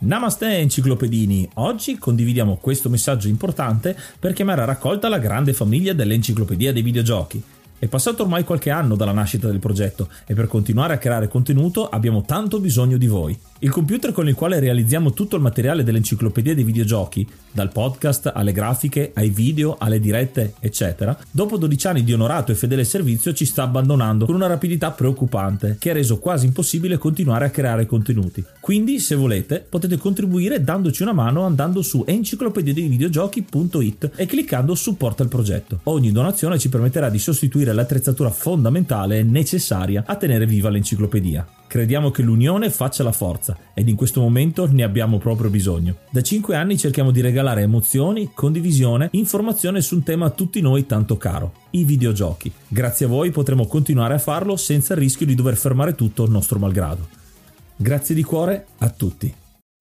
Namaste enciclopedini, oggi condividiamo questo messaggio importante per chiamare a raccolta la grande famiglia dell'Enciclopedia dei Videogiochi. È passato ormai qualche anno dalla nascita del progetto e per continuare a creare contenuto abbiamo tanto bisogno di voi. Il computer con il quale realizziamo tutto il materiale dell'Enciclopedia dei Videogiochi, dal podcast alle grafiche, ai video, alle dirette, eccetera, dopo 12 anni di onorato e fedele servizio ci sta abbandonando con una rapidità preoccupante che ha reso quasi impossibile continuare a creare contenuti. Quindi, se volete, potete contribuire dandoci una mano andando su enciclopediadeivideogiochi.it e cliccando supporta il progetto. Ogni donazione ci permetterà di sostituire l'attrezzatura fondamentale e necessaria a tenere viva l'enciclopedia. Crediamo che l'unione faccia la forza ed in questo momento ne abbiamo proprio bisogno. Da 5 anni cerchiamo di regalare emozioni, condivisione, informazione su un tema a tutti noi tanto caro, i videogiochi. Grazie a voi potremo continuare a farlo senza il rischio di dover fermare tutto nostro malgrado. Grazie di cuore a tutti.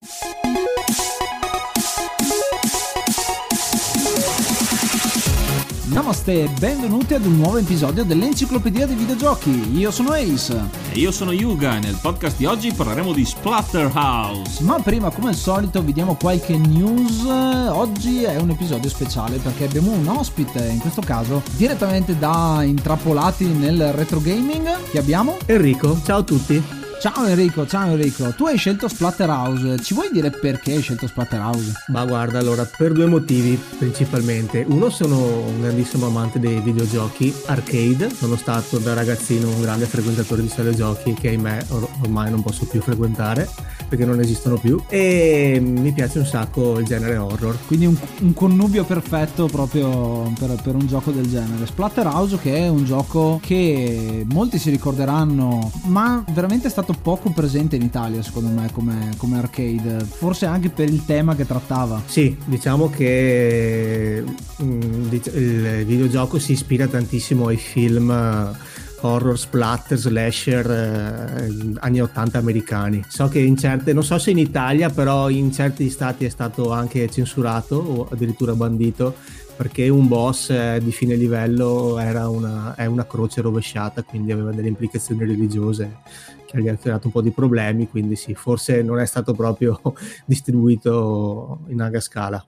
Namaste e benvenuti ad un nuovo episodio dell'Enciclopedia dei Videogiochi. Io sono Ace. E io sono Yuga e nel podcast di oggi parleremo di Splatterhouse. Ma prima, come al solito, vi diamo qualche news. Oggi è un episodio speciale perché abbiamo un ospite, in questo caso direttamente da Intrappolati nel retro gaming. Chi abbiamo? Enrico, ciao a tutti. Ciao Enrico, tu hai scelto Splatterhouse, ci vuoi dire perché hai scelto Splatterhouse? Ma guarda, allora, per due motivi principalmente. Uno, sono un grandissimo amante dei videogiochi arcade, sono stato da ragazzino un grande frequentatore di sale giochi che ahimè ormai non posso più frequentare perché non esistono più, e mi piace un sacco il genere horror. Quindi un connubio perfetto proprio per un gioco del genere. Splatterhouse, che è un gioco che molti si ricorderanno, ma veramente è stato poco presente in Italia secondo me come arcade, forse anche per il tema che trattava. Sì, diciamo che il videogioco si ispira tantissimo ai film horror, splatter, slasher anni 80 americani. So che in certe, non so se in Italia, però in certi stati è stato anche censurato o addirittura bandito perché un boss di fine livello è una croce rovesciata, quindi aveva delle implicazioni religiose che gli ha creato un po' di problemi, quindi sì, forse non è stato proprio distribuito in larga scala.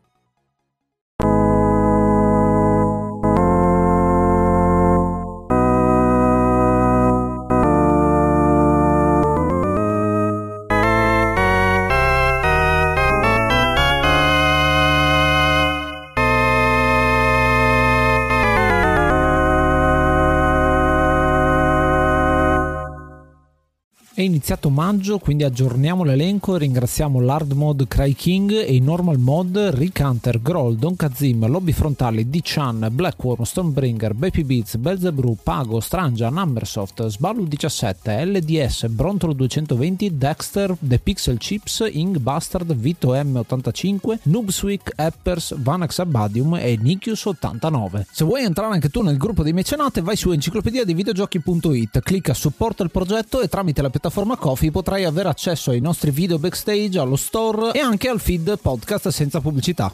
È iniziato maggio, quindi aggiorniamo l'elenco e ringraziamo l'hard mod Cry King e i normal mod Rick Hunter, Groll, Don Kazim, Lobby Frontali, D-Chan, Blackworm, Stormbringer, Baby Beats, Belzebrew, Pago, Strangia, Numbersoft, Sbalu 17, LDS, Brontolo 220, Dexter, The Pixel Chips, Ing Bastard, Vito M85, Noobswick, Eppers, Vanax Abadium e Nikius 89. Se vuoi entrare anche tu nel gruppo dei mecenate, vai su enciclopediadeivideogiochi.it, clicca supporta il progetto e tramite la piattaforma Ko-fi potrai avere accesso ai nostri video backstage, allo store e anche al feed podcast senza pubblicità.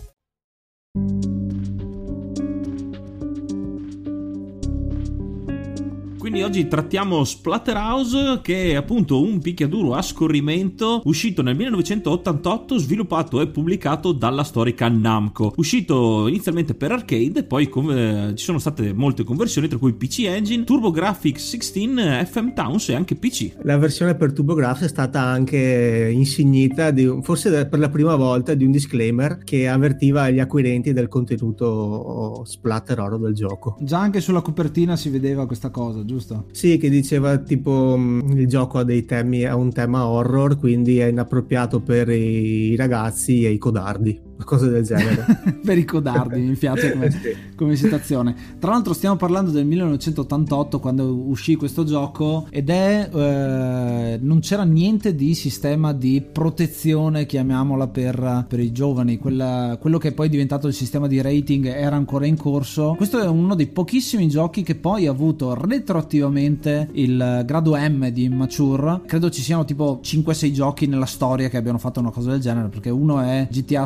Quindi oggi trattiamo Splatterhouse, che è appunto un picchiaduro a scorrimento uscito nel 1988, sviluppato e pubblicato dalla storica Namco. Uscito inizialmente per arcade, poi ci sono state molte conversioni, tra cui PC Engine, TurboGrafx 16, FM Towns e anche PC. La versione per TurboGrafx è stata anche insignita forse per la prima volta di un disclaimer che avvertiva gli acquirenti del contenuto splatter horror del gioco. Già anche sulla copertina si vedeva questa cosa, giusto? Sì, che diceva tipo il gioco ha un tema horror, quindi è inappropriato per i ragazzi e i codardi, cose del genere. Per i codardi, mi piace come citazione. Tra l'altro stiamo parlando del 1988, quando uscì questo gioco, ed non c'era niente di sistema di protezione, chiamiamola, per i giovani. Quello che poi è diventato il sistema di rating era ancora in corso. Questo è uno dei pochissimi giochi che poi ha avuto retroattivamente il grado M di Immature. Credo ci siano tipo 5-6 giochi nella storia che abbiano fatto una cosa del genere, perché uno è GTA San Andreas,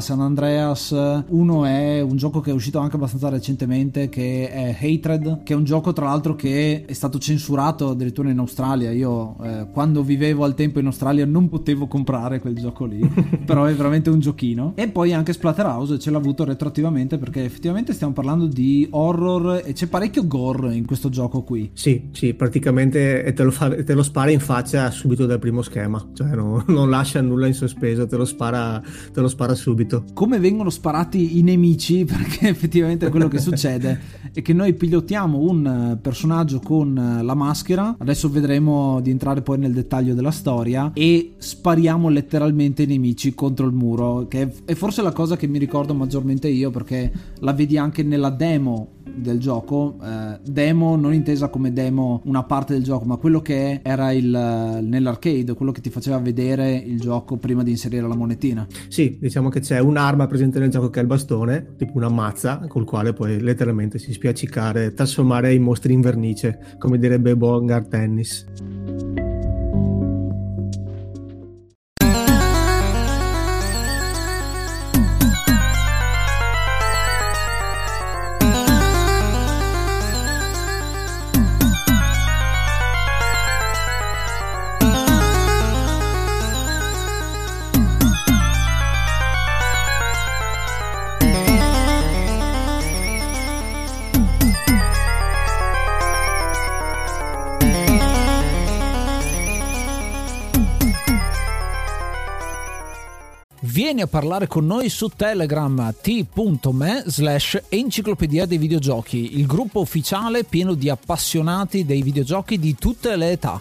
Andreas. Uno è un gioco che è uscito anche abbastanza recentemente, che è Hatred, che è un gioco tra l'altro che è stato censurato addirittura in Australia. Io quando vivevo al tempo in Australia non potevo comprare quel gioco lì però è veramente un giochino. E poi anche Splatterhouse ce l'ha avuto retroattivamente, perché effettivamente stiamo parlando di horror e c'è parecchio gore in questo gioco qui. Sì, praticamente te lo spara in faccia subito dal primo schema, cioè non lascia nulla in sospeso, te lo spara subito. Come vengono sparati i nemici, perché effettivamente quello che succede è che noi pilotiamo un personaggio con la maschera, adesso vedremo di entrare poi nel dettaglio della storia, e spariamo letteralmente i nemici contro il muro, che è forse la cosa che mi ricordo maggiormente io, perché la vedi anche nella demo del gioco, demo non intesa come demo una parte del gioco, ma quello che era nell'arcade, quello che ti faceva vedere il gioco prima di inserire la monetina. Sì, diciamo che c'è un'arma presente nel gioco che è il bastone, tipo una mazza col quale puoi letteralmente si spiaccicare, trasformare i mostri in vernice, come direbbe Bongar Tennis. Vieni a parlare con noi su Telegram, t.me/enciclopedia dei videogiochi, il gruppo ufficiale pieno di appassionati dei videogiochi di tutte le età.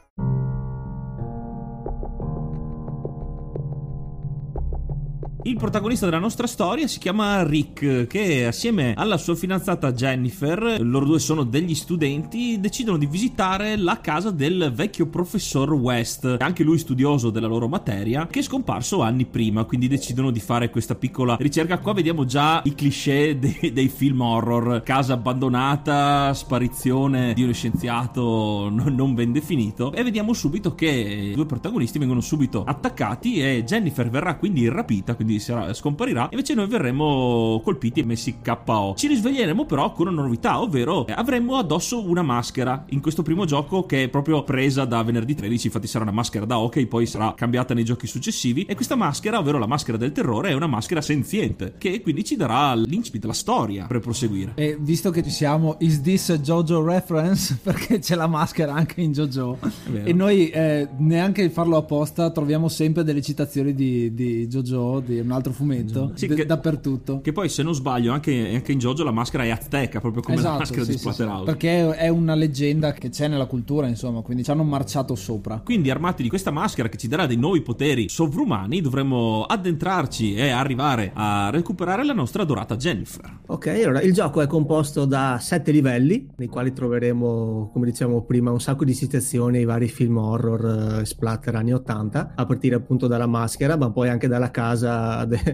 Il protagonista della nostra storia si chiama Rick, che assieme alla sua fidanzata Jennifer, loro due sono degli studenti, decidono di visitare la casa del vecchio professor West, anche lui studioso della loro materia, che è scomparso anni prima, quindi decidono di fare questa piccola ricerca. Qua vediamo già i cliché dei film horror: casa abbandonata, sparizione di uno scienziato non ben definito, e vediamo subito che i due protagonisti vengono subito attaccati e Jennifer verrà quindi rapita, quindi scomparirà, invece noi verremo colpiti e messi KO. Ci risveglieremo però con una novità, ovvero avremo addosso una maschera in questo primo gioco, che è proprio presa da venerdì 13, infatti sarà una maschera da hockey, poi sarà cambiata nei giochi successivi, e questa maschera, ovvero la maschera del terrore, è una maschera senziente, che quindi ci darà l'incipit, la storia per proseguire. E visto che ci siamo, is this a JoJo reference? Perché c'è la maschera anche in JoJo, e noi neanche farlo apposta troviamo sempre delle citazioni di JoJo, di un altro fumetto, sì, dappertutto. Che poi, se non sbaglio, anche in JoJo la maschera è azteca, proprio come la maschera di Splatterhouse. Perché è una leggenda che c'è nella cultura, insomma, quindi ci hanno marciato sopra. Quindi, armati di questa maschera che ci darà dei nuovi poteri sovrumani, dovremo addentrarci e arrivare a recuperare la nostra adorata Jennifer. Ok, allora il gioco è composto da 7 livelli, nei quali troveremo, come dicevamo prima, un sacco di citazioni ai vari film horror splatter anni 80, a partire appunto dalla maschera, ma poi anche dalla casa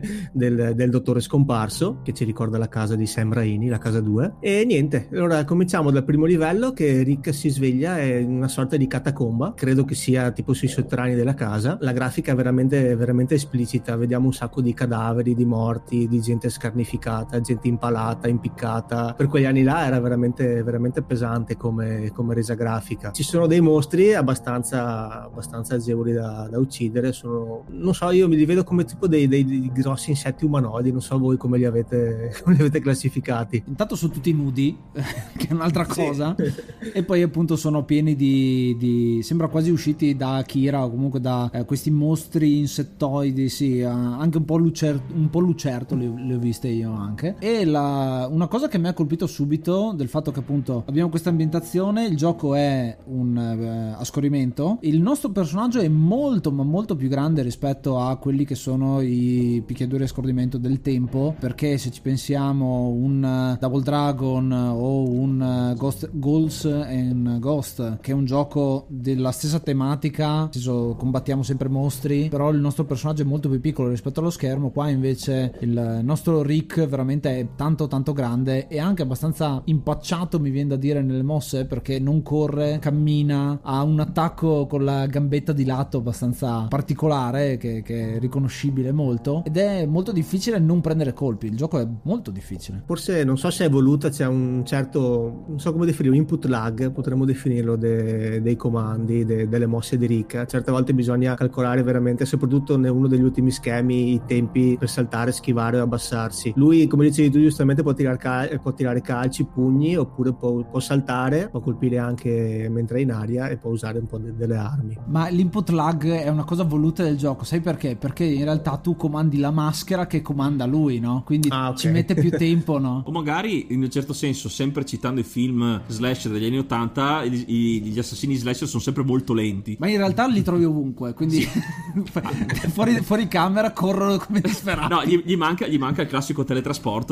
del dottore scomparso, che ci ricorda la casa di Sam Raimi, la casa 2. E niente, allora cominciamo dal primo livello, che Rick si sveglia è in una sorta di catacomba, credo che sia tipo sui sotterranei della casa. La grafica è veramente, veramente esplicita, vediamo un sacco di cadaveri, di morti, di gente scarnificata, gente impalata, impiccata. Per quegli anni là era veramente, veramente pesante come resa grafica. Ci sono dei mostri abbastanza agevoli da uccidere, non so, io mi li vedo come tipo dei grossi insetti umanoidi, non so voi come li avete classificati. Intanto sono tutti nudi che è un'altra cosa, sì. E poi appunto sono pieni di sembra quasi usciti da Akira, o comunque da questi mostri insettoidi, sì, anche un po' lucerto li ho viste io anche. E una cosa che mi ha colpito subito del fatto che appunto abbiamo questa ambientazione, il gioco è un a scorrimento, il nostro personaggio è molto ma molto più grande rispetto a quelli che sono i picchiaduri a scordimento del tempo, perché se ci pensiamo un Double Dragon o un Ghouls and Ghost, che è un gioco della stessa tematica, combattiamo sempre mostri, però il nostro personaggio è molto più piccolo rispetto allo schermo. Qua invece il nostro Rick veramente è tanto tanto grande e anche abbastanza impacciato, mi viene da dire, nelle mosse, perché non corre, cammina, ha un attacco con la gambetta di lato abbastanza particolare che è riconoscibile molto. molto ed è molto difficile non prendere colpi. Il gioco è molto difficile. Forse non so se è voluta, c'è un certo, non so come definire, un input lag, potremmo definirlo, dei comandi, delle mosse di Rick. Certe volte bisogna calcolare veramente, soprattutto in uno degli ultimi schemi, i tempi per saltare, schivare o abbassarsi. Lui, come dicevi tu giustamente, può tirare calci, pugni, oppure può saltare, può colpire anche mentre è in aria e può usare un po' delle armi. Ma l'input lag è una cosa voluta del gioco, sai perché? Perché in realtà tu comandi la maschera che comanda lui, no? Quindi okay. Ci mette più tempo, no? O magari, in un certo senso, sempre citando i film slasher degli anni 80, gli assassini slasher sono sempre molto lenti. Ma in realtà li trovi ovunque, quindi sì. fuori camera corrono come disperati. No, gli manca il classico teletrasporto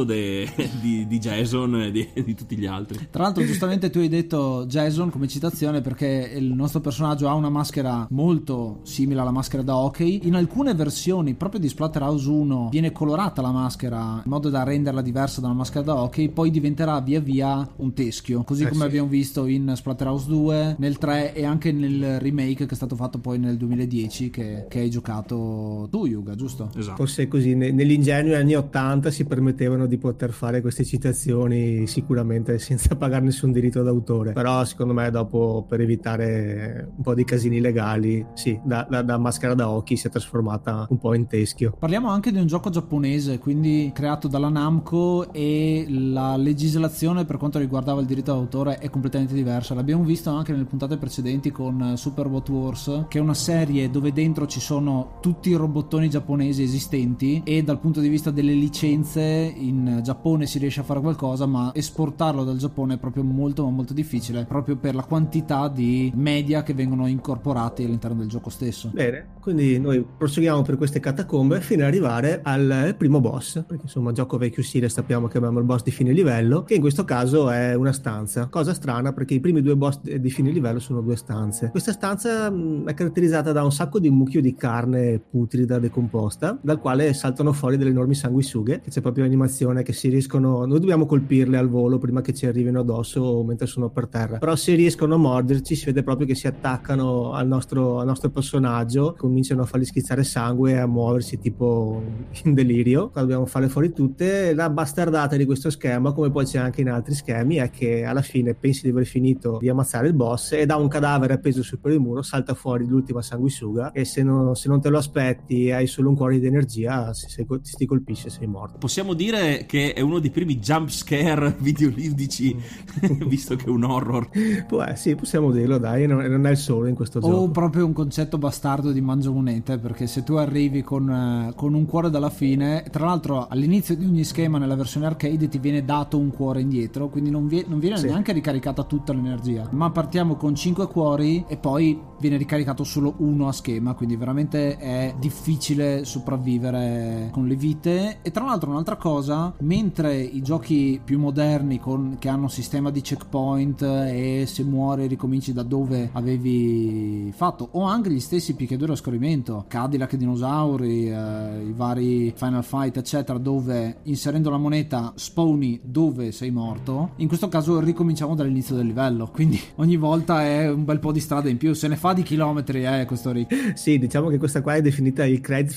di Jason e di tutti gli altri. Tra l'altro, giustamente tu hai detto Jason come citazione, perché il nostro personaggio ha una maschera molto simile alla maschera da hockey. In alcune versioni proprio di Splatterhouse 1 viene colorata la maschera in modo da renderla diversa da una maschera da hockey, poi diventerà via via un teschio, così come abbiamo visto in Splatterhouse 2, nel 3 e anche nel remake che è stato fatto poi nel 2010 che hai giocato tu, Yuga, giusto? Esatto. Forse è così, negli ingenui anni 80 si permettevano di poter fare queste citazioni sicuramente senza pagare nessun diritto d'autore, però secondo me dopo, per evitare un po' di casini legali, sì, da maschera da hockey si è trasformata un po' in teschio. Parliamo anche di un gioco giapponese, quindi creato dalla Namco, e la legislazione per quanto riguardava il diritto d'autore è completamente diversa. L'abbiamo visto anche nelle puntate precedenti con Super Robot Wars, che è una serie dove dentro ci sono tutti i robottoni giapponesi esistenti, e dal punto di vista delle licenze in Giappone si riesce a fare qualcosa, ma esportarlo dal Giappone è proprio molto ma molto difficile, proprio per la quantità di media che vengono incorporati all'interno del gioco stesso. Bene, quindi noi proseguiamo per queste catacombe fino ad arrivare al primo boss, perché insomma gioco vecchio stile, sappiamo che abbiamo il boss di fine livello, che in questo caso è una stanza. Cosa strana, perché i primi due boss di fine livello sono due stanze. Questa stanza è caratterizzata da un sacco di mucchio di carne putrida decomposta, dal quale saltano fuori delle enormi sanguisughe, che c'è proprio l'animazione che si riescono, noi dobbiamo colpirle al volo prima che ci arrivino addosso mentre sono per terra, però se riescono a morderci si vede proprio che si attaccano al nostro personaggio, cominciano a fargli schizzare sangue e a muoversi tipo in delirio. Qua dobbiamo farle fuori tutte. La bastardata di questo schema, come poi c'è anche in altri schemi, è che alla fine pensi di aver finito di ammazzare il boss e da un cadavere appeso su per il muro salta fuori l'ultima sanguisuga, e se non te lo aspetti e hai solo un cuore di energia, se ti colpisce sei morto. Possiamo dire che è uno dei primi jump scare videoludici visto che è un horror. Sì, possiamo dirlo, dai, non è il solo in questo gioco. O proprio un concetto bastardo di mangiamonete, perché se tu arrivi con un cuore dalla fine, tra l'altro all'inizio di ogni schema nella versione arcade ti viene dato un cuore indietro, quindi non viene neanche ricaricata tutta l'energia, ma partiamo con 5 cuori e poi viene ricaricato solo uno a schema, quindi veramente è difficile sopravvivere con le vite. E tra l'altro un'altra cosa, mentre i giochi più moderni che hanno sistema di checkpoint e se muori ricominci da dove avevi fatto, o anche gli stessi picchiaduro a scorrimento, Cadillac dinosauri, i vari Final Fight eccetera, dove inserendo la moneta spawni dove sei morto, in questo caso ricominciamo dall'inizio del livello, quindi ogni volta è un bel po' di strada in più, se ne fa di chilometri questo Rick. Sì, diciamo che questa qua è definita il credit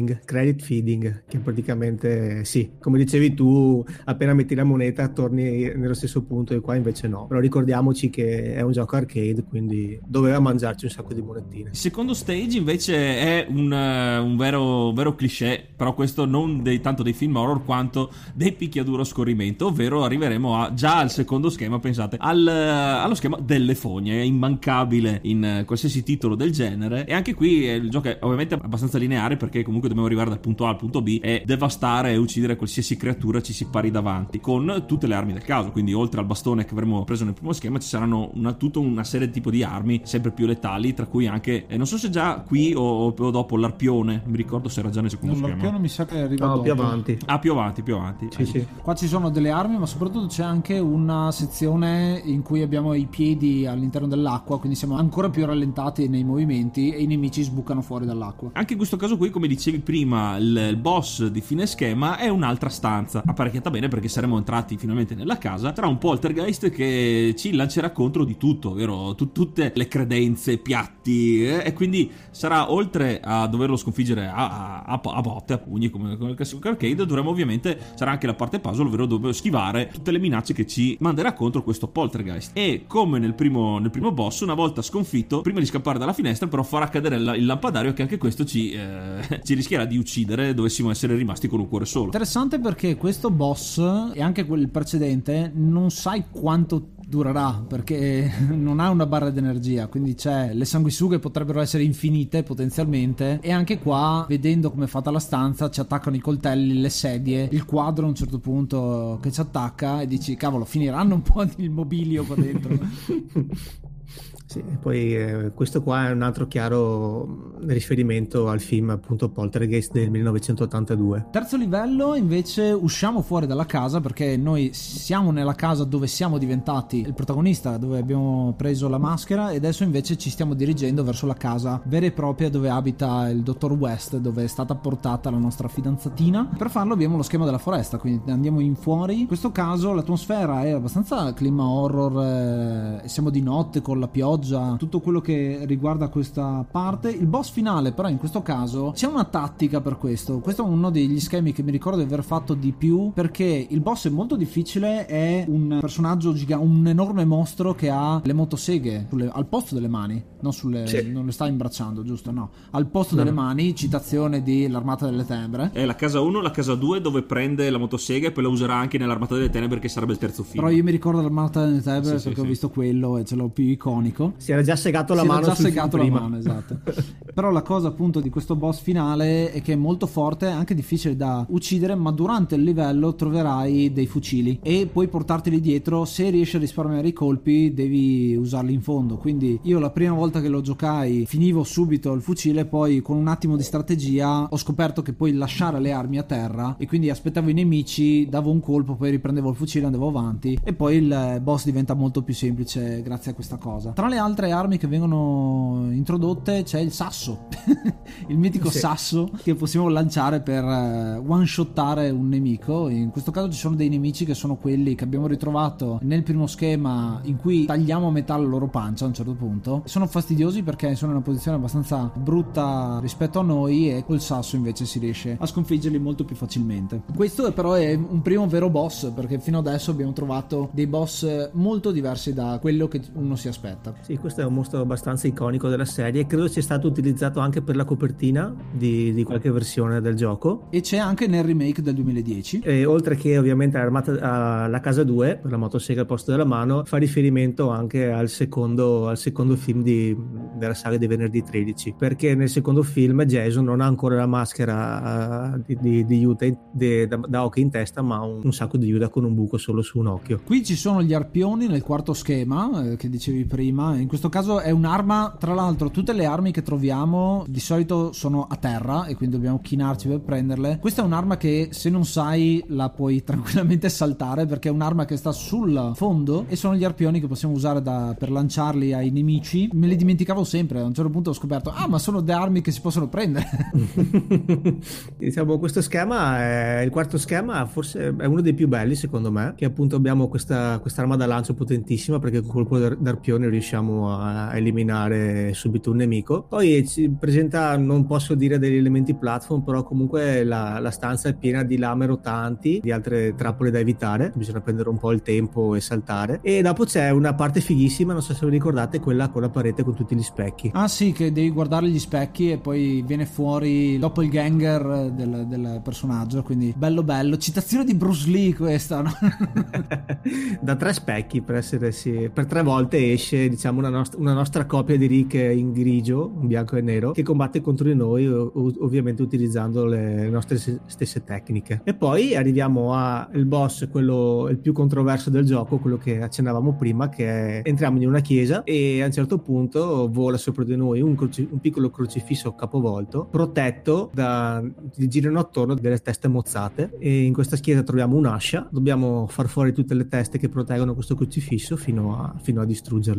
feeding, che praticamente sì, come dicevi tu, appena metti la moneta torni nello stesso punto, e qua invece no. Però ricordiamoci che è un gioco arcade, quindi doveva mangiarci un sacco di monetine. Il secondo stage invece è un vero cliché, però questo non tanto dei film horror quanto dei picchiaduro a scorrimento, ovvero arriveremo già al secondo schema, pensate, allo schema delle fogne, è immancabile in qualsiasi titolo del genere, e anche qui il gioco è ovviamente abbastanza lineare, perché comunque dobbiamo arrivare dal punto A al punto B e devastare e uccidere qualsiasi creatura ci si pari davanti con tutte le armi del caso, quindi oltre al bastone che avremo preso nel primo schema ci saranno tutta una serie di tipo di armi sempre più letali, tra cui anche non so se già qui o dopo l'arpione, mi ricordo se era già nel secondo schema. L'arpione mi sa che arriva dopo. Più avanti. Più avanti. Sì. Qua ci sono delle armi, ma soprattutto c'è anche una sezione in cui abbiamo i piedi all'interno dell'acqua, quindi siamo ancora più rallentati nei movimenti e i nemici sbucano fuori dall'acqua. Anche in questo caso qui, come dicevi prima, il boss di fine schema è un'altra stanza apparecchiata bene, perché saremo entrati finalmente nella casa. Sarà un poltergeist che ci lancerà contro di tutto, ovvero tutte le credenze, piatti, e quindi sarà, oltre a doverlo sconfiggere a a botte, a pugni, come il classico arcade. Dovremo ovviamente, sarà anche la parte puzzle, ovvero dove schivare tutte le minacce che ci manderà contro questo poltergeist. E come nel primo boss, una volta sconfitto, prima di scappare dalla finestra però farà cadere il lampadario, che anche questo ci rischierà di uccidere dovessimo essere rimasti con un cuore solo. Interessante, perché questo boss e anche quel precedente non sai quanto durerà, perché non ha una barra d'energia, quindi le sanguisughe potrebbero essere infinite potenzialmente, e anche qua, vedendo come è fatta la stanza, ci attaccano i coltelli, le sedie, il quadro a un certo punto che ci attacca, e dici cavolo, finiranno un po' di mobilio qua dentro. Sì, e poi questo qua è un altro chiaro riferimento al film appunto Poltergeist del 1982. Terzo livello invece usciamo fuori dalla casa, perché noi siamo nella casa dove siamo diventati il protagonista, dove abbiamo preso la maschera, e adesso invece ci stiamo dirigendo verso la casa vera e propria dove abita il dottor West, dove è stata portata la nostra fidanzatina. Per farlo abbiamo lo schema della foresta, quindi andiamo in fuori. In questo caso l'atmosfera è abbastanza clima horror, siamo di notte con la pioggia, tutto quello che riguarda questa parte. Il boss finale però in questo caso c'è una tattica per questo è uno degli schemi che mi ricordo di aver fatto di più, perché il boss è molto difficile, è un personaggio gigante, un enorme mostro che ha le motoseghe al posto delle mani, non le sta imbracciando, giusto? No, al posto delle mani, citazione di l'Armata delle Tenebre. È la casa 1, la casa 2 dove prende la motosega e poi la userà anche nell'Armata delle Tenebre, che sarebbe il terzo film. Però io mi ricordo l'Armata delle Tenebre perché ho visto quello e ce l'ho più iconico. Si era già segato la mano sul film prima. Esatto. Però la cosa appunto di questo boss finale è che è molto forte, è anche difficile da uccidere, ma durante il livello troverai dei fucili e puoi portarteli dietro. Se riesci a risparmiare i colpi devi usarli in fondo, quindi io la prima volta che lo giocai finivo subito il fucile, poi con un attimo di strategia ho scoperto che puoi lasciare le armi a terra, e quindi aspettavo i nemici, davo un colpo, poi riprendevo il fucile, andavo avanti, e poi il boss diventa molto più semplice grazie a questa cosa. Tra le altre armi che vengono introdotte c'è il sasso il mitico sasso che possiamo lanciare per one shottare un nemico. In questo caso ci sono dei nemici che sono quelli che abbiamo ritrovato nel primo schema, in cui tagliamo a metà la loro pancia a un certo punto. Sono fastidiosi perché sono in una posizione abbastanza brutta rispetto a noi, e col sasso invece si riesce a sconfiggerli molto più facilmente. Questo però è un primo vero boss, perché fino adesso abbiamo trovato dei boss molto diversi da quello che uno si aspetta. Sì, questo è un mostro abbastanza iconico della serie, e credo sia stato utilizzato anche per la copertina di qualche versione del gioco, e c'è anche nel remake del 2010. E oltre che ovviamente alla casa 2 per la motosega al posto della mano, fa riferimento anche al secondo film della saga di Venerdì 13, perché nel secondo film Jason non ha ancora la maschera di Yuta da occhi in testa, ma un sacco di Yuta con un buco solo su un occhio. Qui ci sono gli arpioni nel quarto schema che dicevi prima. In questo caso è un'arma, tra l'altro tutte le armi che troviamo di solito sono a terra e quindi dobbiamo chinarci per prenderle. Questa è un'arma che se non sai la puoi tranquillamente saltare, perché è un'arma che sta sul fondo, e sono gli arpioni che possiamo usare per lanciarli ai nemici. Me li dimenticavo sempre, a un certo punto ho scoperto ma sono delle armi che si possono prendere. Diciamo, questo schema il quarto schema, forse è uno dei più belli secondo me, che appunto abbiamo quest'arma da lancio potentissima, perché con colpo d'arpione riusciamo a eliminare subito un nemico. Poi ci presenta, non posso dire degli elementi platform, però comunque la stanza è piena di lame rotanti, di altre trappole da evitare, bisogna prendere un po' il tempo e saltare. E dopo c'è una parte fighissima, non so se vi ricordate, quella con la parete con tutti gli specchi. Ah sì, che devi guardare gli specchi e poi viene fuori doppelganger del personaggio, quindi bello, citazione di Bruce Lee questa, no? Da 3 specchi per 3 volte esce, diciamo, una nostra copia di Rick in grigio, in bianco e nero, che combatte contro di noi, ovviamente utilizzando le nostre stesse tecniche. E poi arriviamo al boss, quello il più controverso del gioco, quello che accennavamo prima, che è: entriamo in una chiesa e a un certo punto vola sopra di noi un piccolo crocifisso capovolto, protetto girano attorno delle teste mozzate, e in questa chiesa troviamo un'ascia. Dobbiamo far fuori tutte le teste che proteggono questo crocifisso fino a distruggerlo. Poi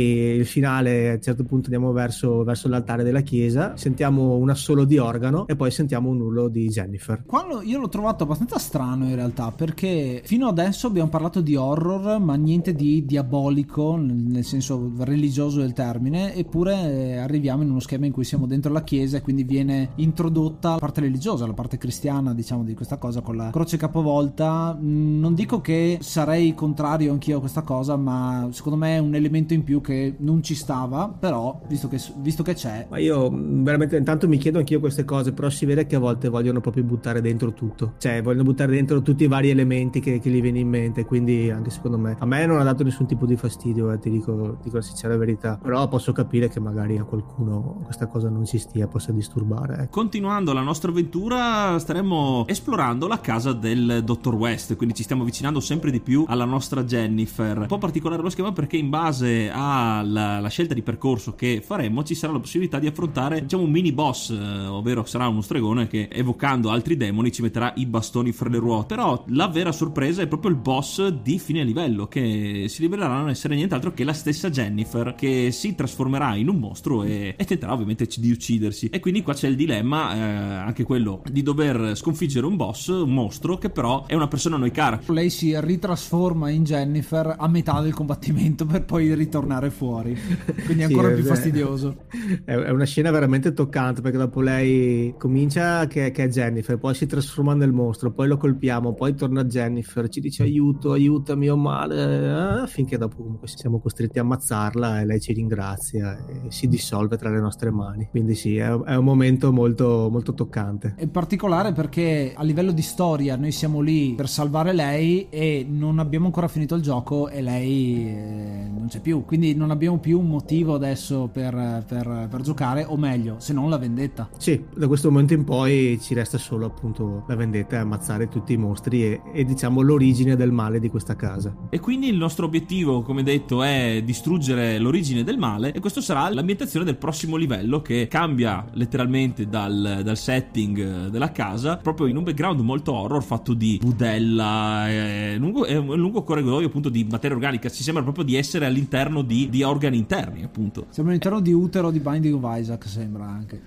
il finale, a un certo punto andiamo verso l'altare della chiesa, sentiamo un assolo di organo e poi sentiamo un urlo di Jennifer. Quello io l'ho trovato abbastanza strano in realtà, perché fino adesso abbiamo parlato di horror ma niente di diabolico nel senso religioso del termine, eppure arriviamo in uno schema in cui siamo dentro la chiesa e quindi viene introdotta la parte religiosa, la parte cristiana diciamo di questa cosa con la croce capovolta. Non dico che sarei contrario anch'io a questa cosa, ma secondo me è un elemento in più che non ci stava, però visto che c'è. Ma io veramente intanto mi chiedo anch'io queste cose, però si vede che a volte vogliono proprio buttare dentro tutto, cioè vogliono buttare dentro tutti i vari elementi che gli viene in mente, quindi anche secondo me, a me non ha dato nessun tipo di fastidio, ti dico la sincera verità, però posso capire che magari a qualcuno questa cosa non ci stia, possa disturbare. Continuando la nostra avventura staremo esplorando la casa del Dr. West, quindi ci stiamo avvicinando sempre di più alla nostra Jennifer. Un po' particolare lo schema perché in base alla scelta di percorso che faremo ci sarà la possibilità di affrontare diciamo un mini boss, ovvero sarà uno stregone che evocando altri demoni ci metterà i bastoni fra le ruote. Però la vera sorpresa è proprio il boss di fine livello, che si rivelerà non essere nient'altro che la stessa Jennifer, che si trasformerà in un mostro e tenterà ovviamente di uccidersi. E quindi qua c'è il dilemma, anche quello di dover sconfiggere un boss, un mostro che però è una persona a noi cara. Lei si ritrasforma in Jennifer a metà del combattimento per poi ritornare fuori, quindi è ancora più fastidioso. È una scena veramente toccante, perché dopo lei comincia che è Jennifer, poi si trasforma nel mostro, poi lo colpiamo, poi torna Jennifer, ci dice aiutami, ho male, finché dopo comunque siamo costretti a ammazzarla e lei ci ringrazia e si dissolve tra le nostre mani. Quindi sì, è un momento molto, molto toccante. È particolare perché a livello di storia noi siamo lì per salvare lei e non abbiamo ancora finito il gioco e lei non c'è più, quindi non abbiamo più un motivo adesso per giocare, o meglio, se non la vendetta. Sì, da questo momento in poi ci resta solo appunto la vendetta e ammazzare tutti i mostri e diciamo l'origine del male di questa casa. E quindi il nostro obiettivo, come detto, è distruggere l'origine del male, e questo sarà l'ambientazione del prossimo livello, che cambia letteralmente dal setting della casa, proprio in un background molto horror fatto di budella, è un lungo corridoio appunto di materia organica. Ci sembra proprio di essere all'interno di organi interni, appunto. Siamo all'interno di Utero di Binding of Isaac, sembra anche.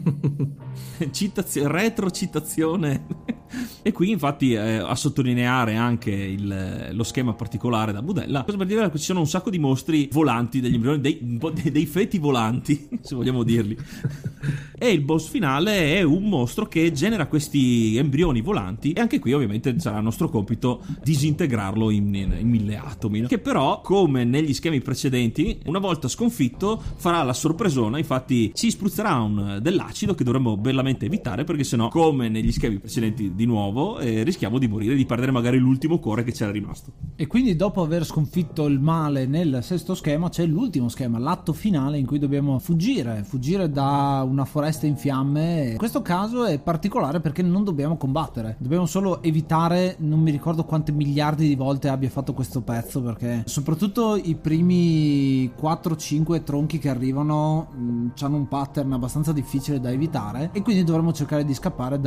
Retrocitazione. E qui infatti a sottolineare anche lo schema particolare da budella, cosa per dire che ci sono un sacco di mostri volanti, degli embrioni, dei feti volanti, se vogliamo dirli. E il boss finale è un mostro che genera questi embrioni volanti, e anche qui ovviamente sarà nostro compito disintegrarlo in 1000 atomi, che però, come negli schemi precedenti, una volta sconfitto farà la sorpresona. Infatti ci spruzzerà dell'acido che dovremmo bellamente evitare, perché sennò, come negli schemi precedenti di nuovo, rischiamo di morire, di perdere magari l'ultimo cuore che c'era rimasto. E quindi dopo aver sconfitto il male nel sesto schema c'è l'ultimo schema, l'atto finale, in cui dobbiamo fuggire da una foresta in fiamme. In questo caso è particolare perché non dobbiamo combattere, dobbiamo solo evitare. Non mi ricordo quante miliardi di volte abbia fatto questo pezzo, perché soprattutto i primi 4-5 tronchi che arrivano hanno un pattern abbastanza difficile da evitare, e quindi dovremo cercare di scappare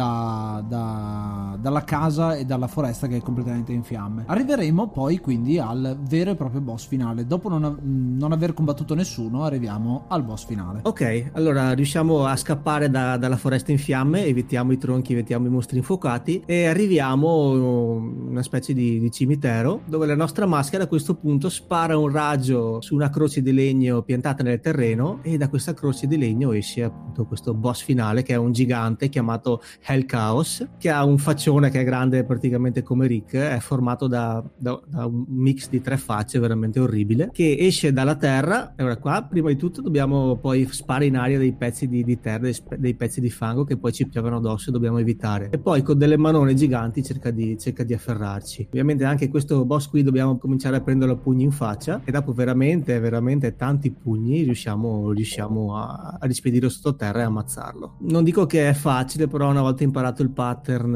dalla casa e dalla foresta che è completamente in fiamme. Arriveremo poi quindi al vero e proprio boss finale. Dopo non aver combattuto nessuno, arriviamo al boss finale. Ok, allora riusciamo a scappare dalla foresta in fiamme, evitiamo i tronchi, evitiamo i mostri infuocati e arriviamo in una specie di cimitero, dove la nostra maschera a questo punto spara un raggio su una croce di legno piantata nel terreno, e da questa croce di legno esce appunto questo boss finale, che è un gigante chiamato Hell Chaos, che ha un faccione che è grande praticamente come Rick, è formato da un mix di 3 facce veramente orribile, che esce dalla terra. E ora qua prima di tutto dobbiamo poi sparare in aria dei pezzi di terra, dei pezzi di fango che poi ci piovono addosso e dobbiamo evitare, e poi con delle manone giganti cerca di afferrarci. Ovviamente anche questo boss qui dobbiamo cominciare a prenderlo a pugni in faccia, e dopo veramente tanti pugni riusciamo a rispedirlo sottoterra e ammazzarlo. Non dico che è facile, però una volta imparato il pattern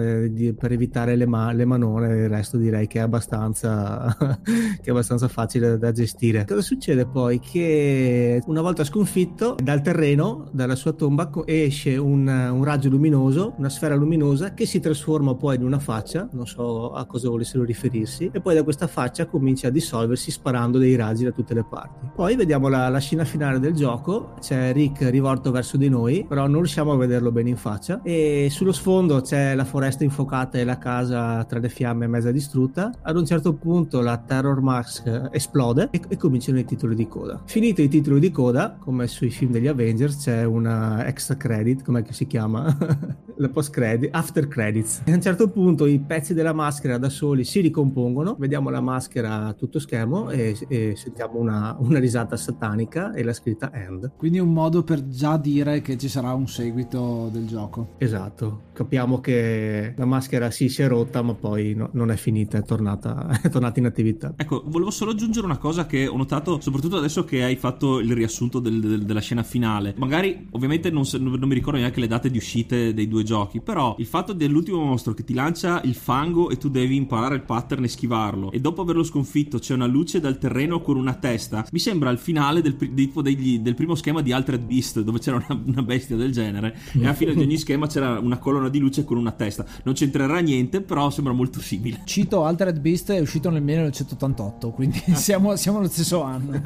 per evitare le manone. Il resto direi che è abbastanza che è abbastanza facile da gestire. Cosa succede poi? Che una volta sconfitto, dal terreno, dalla sua tomba, esce un raggio luminoso, una sfera luminosa che si trasforma poi in una faccia, non so a cosa volessero riferirsi, e poi da questa faccia comincia a dissolversi sparando dei raggi da tutte le parti. Poi vediamo la scena finale del gioco, c'è Rick rivolto verso di noi, però non riusciamo a vederlo bene in faccia, e sullo sfondo c'è la foresta infuocata e la casa tra le fiamme mezza distrutta. Ad un certo punto la Terror Mask esplode e cominciano i titoli di coda. Finito i titoli di coda, come sui film degli Avengers, c'è una extra credit, com'è che si chiama? La post credit, after credits. E a un certo punto i pezzi della maschera da soli si ricompongono, vediamo la maschera a tutto schermo e sentiamo una risata satanica e la scritta end. Quindi un modo per già dire che ci sarà un seguito del gioco. Esatto, capiamo che la maschera si è rotta, ma poi non è finita, è tornata in attività. Ecco, volevo solo aggiungere una cosa che ho notato, soprattutto adesso che hai fatto il riassunto della scena finale. Magari, ovviamente non mi ricordo neanche le date di uscite dei due giochi, però il fatto dell'ultimo mostro che ti lancia il fango e tu devi imparare il pattern e schivarlo, e dopo averlo sconfitto c'è una luce dal terreno con una testa, mi sembra il finale del primo schema di Altered Beast, dove c'era una bestia del genere e alla fine di ogni schema c'era una colonna di luce con una testa. Non c'entrerà niente, però sembra molto simile. Cito, Altered Beast è uscito nel 1988, quindi siamo allo stesso anno.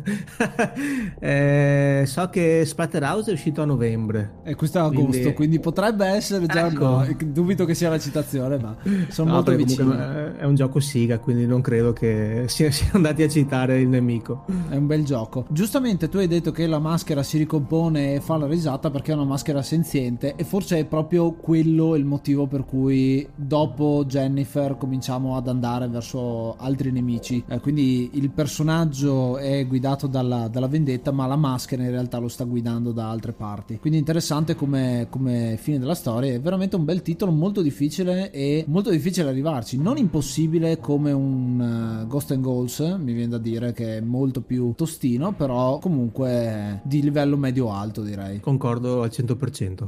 So che Splatterhouse è uscito a novembre e questo è agosto, quindi potrebbe essere già no, dubito che sia la citazione, ma sono molto vicini. È un gioco Siga, quindi non credo che siano andati a citare il nemico. È un bel gioco. Giustamente tu hai detto che la maschera si ricompone e fa la risata perché è una maschera senziente, e forse è proprio quello il motivo per cui dopo Jennifer cominciamo ad andare verso altri nemici, quindi il personaggio è guidato dalla vendetta, ma la maschera in realtà lo sta guidando da altre parti. Quindi interessante come fine della storia. È veramente un bel titolo, molto difficile e molto difficile arrivarci, non impossibile come un Ghost and Goals, mi viene da dire, che è molto più tostino, però comunque di livello medio alto, direi. Concordo al 100%.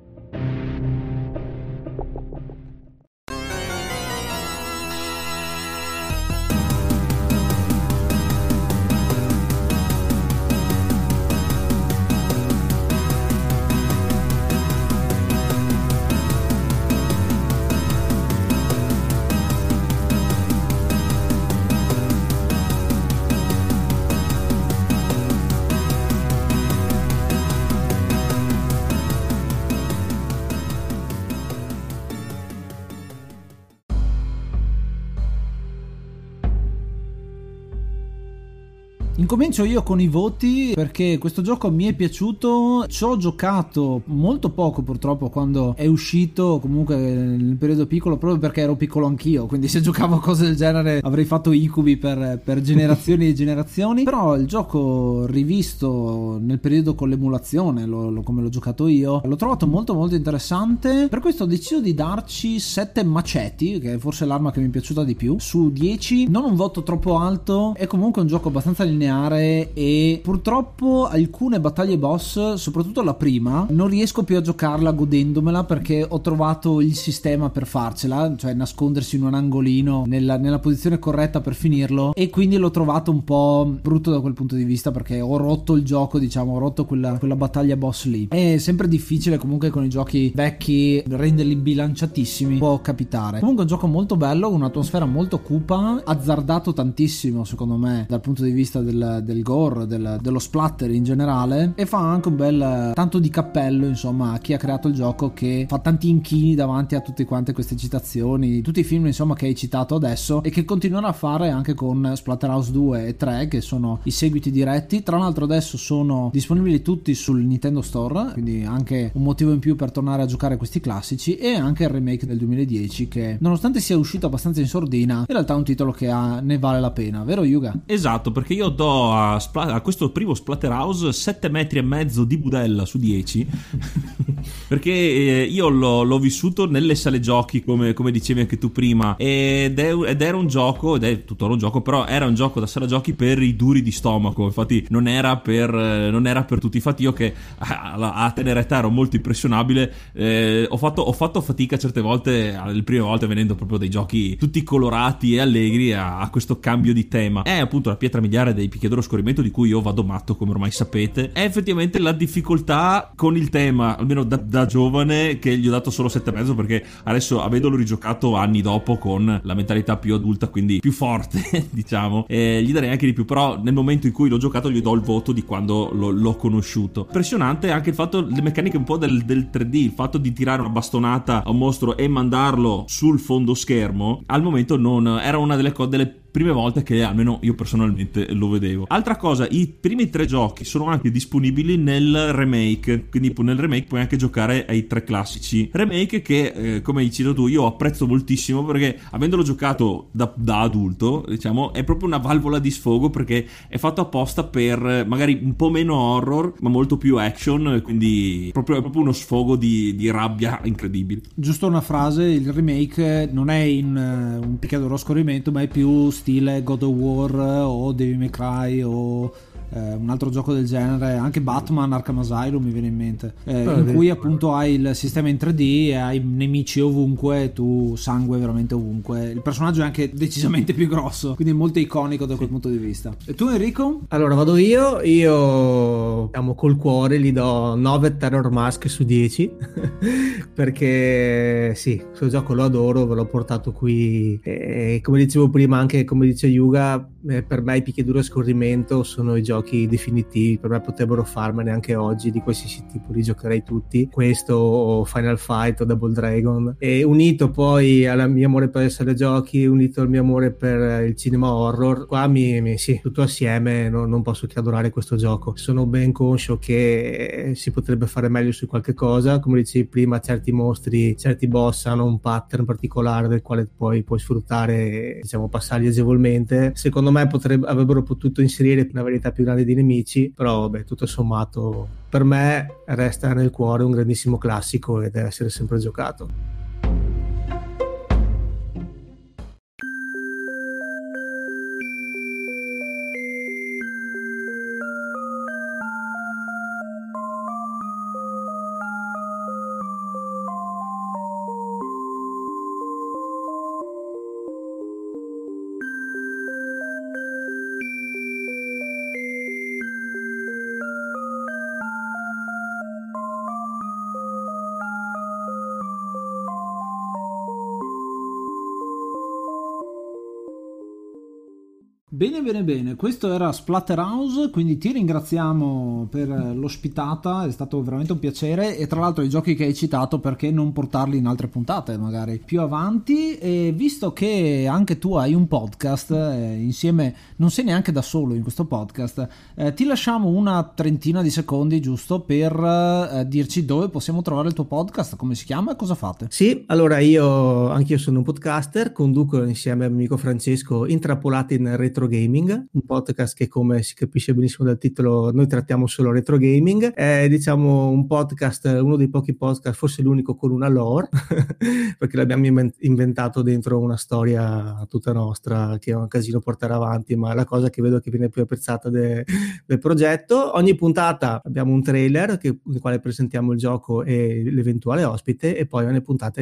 Incomincio io con i voti, perché questo gioco mi è piaciuto. Ci ho giocato molto poco purtroppo quando è uscito, comunque nel periodo piccolo, proprio perché ero piccolo anch'io, quindi se giocavo a cose del genere avrei fatto incubi per generazioni e generazioni. Però il gioco rivisto nel periodo con l'emulazione, come l'ho giocato io, l'ho trovato molto molto interessante. Per questo ho deciso di darci 7 maceti, che è forse l'arma che mi è piaciuta di più, su 10. Non un voto troppo alto, è comunque un gioco abbastanza lineare, e purtroppo alcune battaglie boss, soprattutto la prima, non riesco più a giocarla godendomela, perché ho trovato il sistema per farcela, cioè nascondersi in un angolino nella posizione corretta per finirlo, e quindi l'ho trovato un po' brutto da quel punto di vista, perché ho rotto il gioco, diciamo, ho rotto quella battaglia boss lì. È sempre difficile comunque con i giochi vecchi renderli bilanciatissimi, può capitare. Comunque è un gioco molto bello, un'atmosfera molto cupa, azzardato tantissimo secondo me dal punto di vista del gore, dello splatter in generale, e fa anche un bel tanto di cappello, insomma, a chi ha creato il gioco, che fa tanti inchini davanti a tutte quante queste citazioni, tutti i film insomma che hai citato adesso, e che continuerà a fare anche con Splatterhouse 2 e 3, che sono i seguiti diretti. Tra l'altro adesso sono disponibili tutti sul Nintendo Store, quindi anche un motivo in più per tornare a giocare questi classici, e anche il remake del 2010 che, nonostante sia uscito abbastanza in sordina, in realtà è un titolo che ne vale la pena, vero Yuga? Esatto, perché io do do a questo primo Splatterhouse 7,5 metri di budella su 10 perché io l'ho vissuto nelle sale giochi, come dicevi anche tu prima, ed era un gioco, ed è tuttora un gioco, però era un gioco da sala giochi per i duri di stomaco. Infatti non era per tutti. Infatti io, che a tenera età ero molto impressionabile, ho fatto fatica certe volte, le prime volte, venendo proprio dai giochi tutti colorati e allegri, a questo cambio di tema. È appunto la pietra miliare dei picchiaduro a scorrimento, di cui io vado matto, come ormai sapete. È effettivamente la difficoltà con il tema, almeno da giovane, che gli ho dato solo 7,5, perché adesso, avendolo rigiocato anni dopo con la mentalità più adulta, quindi più forte diciamo, gli darei anche di più. Però nel momento in cui l'ho giocato gli do il voto di quando l'ho conosciuto. Impressionante anche il fatto, le meccaniche un po' del 3D, il fatto di tirare una bastonata a un mostro e mandarlo sul fondo schermo. Al momento non era una delle prime volte che almeno io personalmente lo vedevo. Altra cosa, i primi 3 giochi sono anche disponibili nel remake, quindi nel remake puoi anche giocare ai 3 classici. Remake che, come hai citato tu, io apprezzo moltissimo, perché avendolo giocato da adulto, diciamo, è proprio una valvola di sfogo, perché è fatto apposta per magari un po' meno horror ma molto più action, quindi è proprio uno sfogo di rabbia incredibile. Giusto una frase, il remake non è in un picchiaduro a scorrimento, ma è più stile God of War o Devil May Cry o un altro gioco del genere, anche Batman Arkham Asylum mi viene in mente, in cui appunto hai il sistema in 3D e hai nemici ovunque, tu sangue veramente ovunque, il personaggio è anche decisamente più grosso, quindi è molto iconico da quel punto di vista. E tu, Enrico? Allora vado io diciamo col cuore gli do 9 Terror Mask su 10 perché sì, questo gioco lo adoro, ve l'ho portato qui e come dicevo prima, anche come dice Yuga, per me i picchiaduro a scorrimento sono i giochi definitivi, per me potrebbero farmene anche oggi, di qualsiasi tipo li giocherei tutti, questo o Final Fight o Double Dragon, e unito poi al mio amore per le sale giochi, unito al mio amore per il cinema horror, qua sì, tutto assieme non posso che adorare questo gioco. Sono ben conscio che si potrebbe fare meglio su qualche cosa, come dicevi prima, certi mostri, certi boss hanno un pattern particolare del quale poi puoi sfruttare, diciamo, passarli agevolmente. Secondo me avrebbero potuto inserire una varietà più grande di nemici, però vabbè, tutto sommato per me resta nel cuore un grandissimo classico e deve essere sempre giocato. Bene, questo era Splatterhouse, quindi ti ringraziamo per l'ospitata, è stato veramente un piacere, e tra l'altro i giochi che hai citato perché non portarli in altre puntate magari più avanti, e visto che anche tu hai un podcast insieme, non sei neanche da solo in questo podcast, ti lasciamo una trentina di secondi giusto per dirci dove possiamo trovare il tuo podcast, come si chiama e cosa fate. Sì, allora anch'io sono un podcaster, conduco insieme al mio amico Francesco Intrappolati nel Retro Gaming, un podcast che, come si capisce benissimo dal titolo, noi trattiamo solo retro gaming. È, diciamo, un podcast, uno dei pochi podcast, forse l'unico con una lore perché l'abbiamo inventato dentro una storia tutta nostra che è un casino portare avanti, ma è la cosa che vedo che viene più apprezzata del progetto. Ogni puntata abbiamo un trailer nel quale presentiamo il gioco e l'eventuale ospite, e poi ogni puntata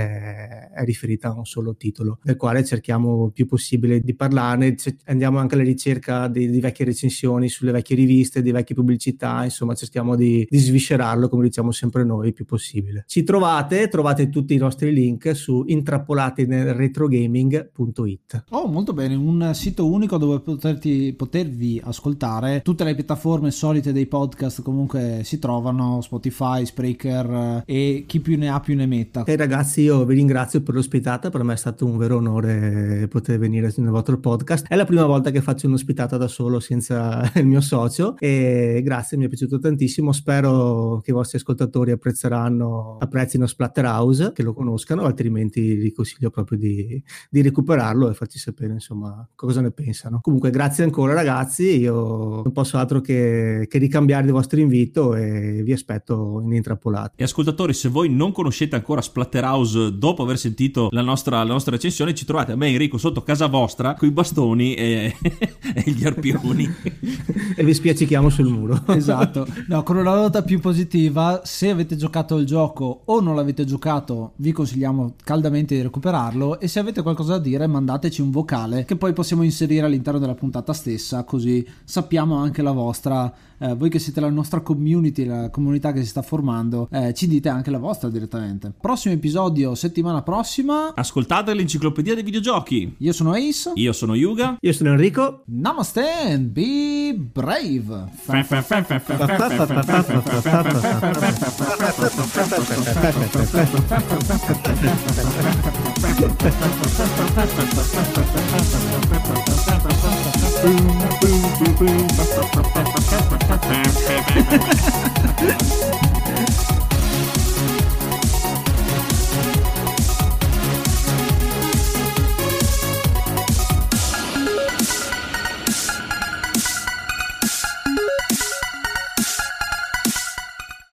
è riferita a un solo titolo, del quale cerchiamo il più possibile di parlarne. Andiamo anche alla ricerca di vecchie recensioni sulle vecchie riviste, di vecchie pubblicità, insomma cerchiamo di sviscerarlo, come diciamo sempre noi, il più possibile. Ci trovate tutti i nostri link su intrappolati nel retrogaming.it. Oh, molto bene, un sito unico dove potervi ascoltare. Tutte le piattaforme solite dei podcast comunque si trovano, Spotify, Spreaker e chi più ne ha più ne metta. E ragazzi, io vi ringrazio per l'ospitata, per me è stato un vero onore poter venire nel vostro podcast. È la prima prima volta che faccio un'ospitata da solo senza il mio socio, e grazie, mi è piaciuto tantissimo. Spero che i vostri ascoltatori apprezzino Splatterhouse, che lo conoscano, altrimenti vi consiglio proprio di recuperarlo e farci sapere insomma cosa ne pensano. Comunque grazie ancora ragazzi, io non posso altro che ricambiare il vostro invito e vi aspetto in Intrappolati. E ascoltatori, se voi non conoscete ancora Splatterhouse dopo aver sentito la nostra recensione, ci trovate a me e Enrico sotto casa vostra con i bastoni e gli arpioni e vi spiaccichiamo sul muro. Esatto. No, con una nota più positiva: se avete giocato il gioco o non l'avete giocato, vi consigliamo caldamente di recuperarlo, e se avete qualcosa da dire mandateci un vocale che poi possiamo inserire all'interno della puntata stessa, così sappiamo anche la vostra. Voi che siete la nostra community, la comunità che si sta formando, ci dite anche la vostra direttamente. Prossimo episodio settimana prossima. Ascoltate l'enciclopedia dei videogiochi. Io sono Ace. Io sono Yuga. Io sono Enrico. Namaste and be brave. Boom, boom, boom, boom.